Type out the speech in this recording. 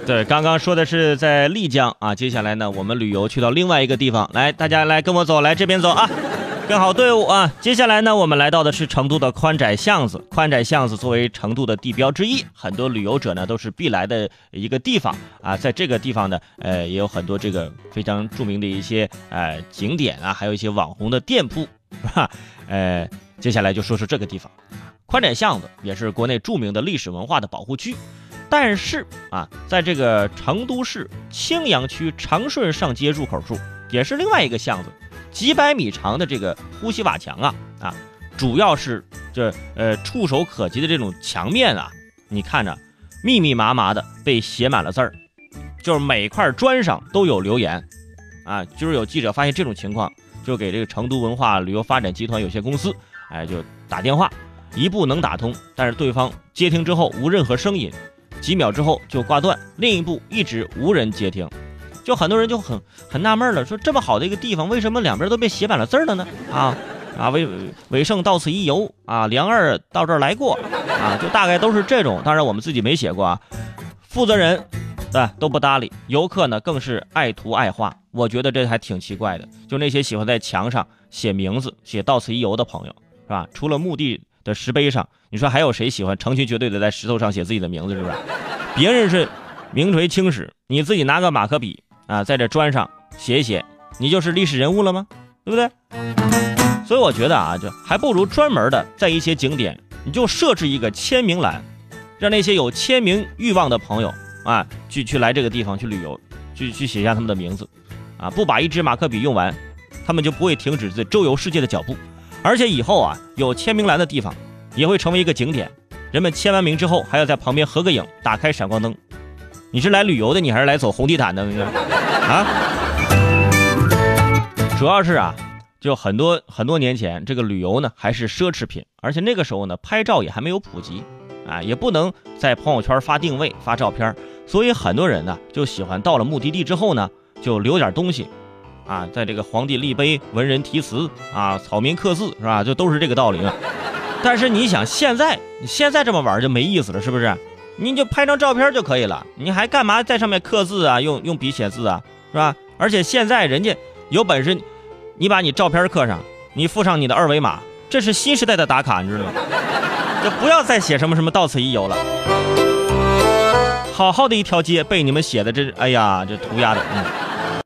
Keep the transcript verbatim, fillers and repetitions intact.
对，刚刚说的是在丽江啊，接下来呢，我们旅游去到另外一个地方，来，大家来跟我走，来这边走啊，跟好队伍啊。接下来呢，我们来到的是成都的宽窄巷子。宽窄巷子作为成都的地标之一，很多旅游者呢都是必来的一个地方啊。在这个地方呢，呃，也有很多这个非常著名的一些呃景点啊，还有一些网红的店铺，是吧？呃，接下来就说说这个地方，宽窄巷子也是国内著名的历史文化的保护区。但是啊，在这个成都市青羊区长顺上街入口处，也是另外一个巷子，几百米长的这个呼吸瓦墙啊啊，主要是这呃触手可及的这种墙面啊，你看着密密麻麻的被写满了字儿，就是每块砖上都有留言啊。就是有记者发现这种情况，就给这个成都文化旅游发展集团有限公司，哎，就打电话，一部能打通，但是对方接听之后无任何声音。几秒之后就挂断，另一部一直无人接听，就很多人就很很纳闷了，说这么好的一个地方，为什么两边都被写满了字了呢？啊啊，韦韦胜到此一游啊，梁二到这儿来过啊，就大概都是这种。当然我们自己没写过啊，负责人对都不搭理，游客呢更是爱涂爱画，我觉得这还挺奇怪的。就那些喜欢在墙上写名字、写到此一游的朋友，是吧？除了墓地的石碑上，你说还有谁喜欢成群结队的在石头上写自己的名字，是不是？别人是名垂青史，你自己拿个马克笔啊，在这砖上写一写，你就是历史人物了吗？对不对？所以我觉得啊，就还不如专门的在一些景点，你就设置一个签名栏，让那些有签名欲望的朋友啊，去去来这个地方去旅游，去去写下他们的名字啊，不把一支马克笔用完，他们就不会停止自周游世界的脚步。而且以后啊，有签名栏的地方也会成为一个景点，人们签完名之后还要在旁边合个影，打开闪光灯。你是来旅游的，你还是来走红地毯的啊？主要是啊，就很多很多年前，这个旅游呢还是奢侈品，而且那个时候呢，拍照也还没有普及啊，也不能在朋友圈发定位发照片，所以很多人呢就喜欢到了目的地之后呢，就留点东西。啊，在这个皇帝立碑、文人题词啊、草民刻字，是吧？就都是这个道理嘛。但是你想，现在你现在这么玩就没意思了，是不是？你就拍张照片就可以了，你还干嘛在上面刻字啊？用用笔写字啊，是吧？而且现在人家有本事，你把你照片刻上，你附上你的二维码，这是新时代的打卡，你知道吗？就不要再写什么什么到此一游了。好好的一条街被你们写的这，哎呀，这涂鸦的，嗯。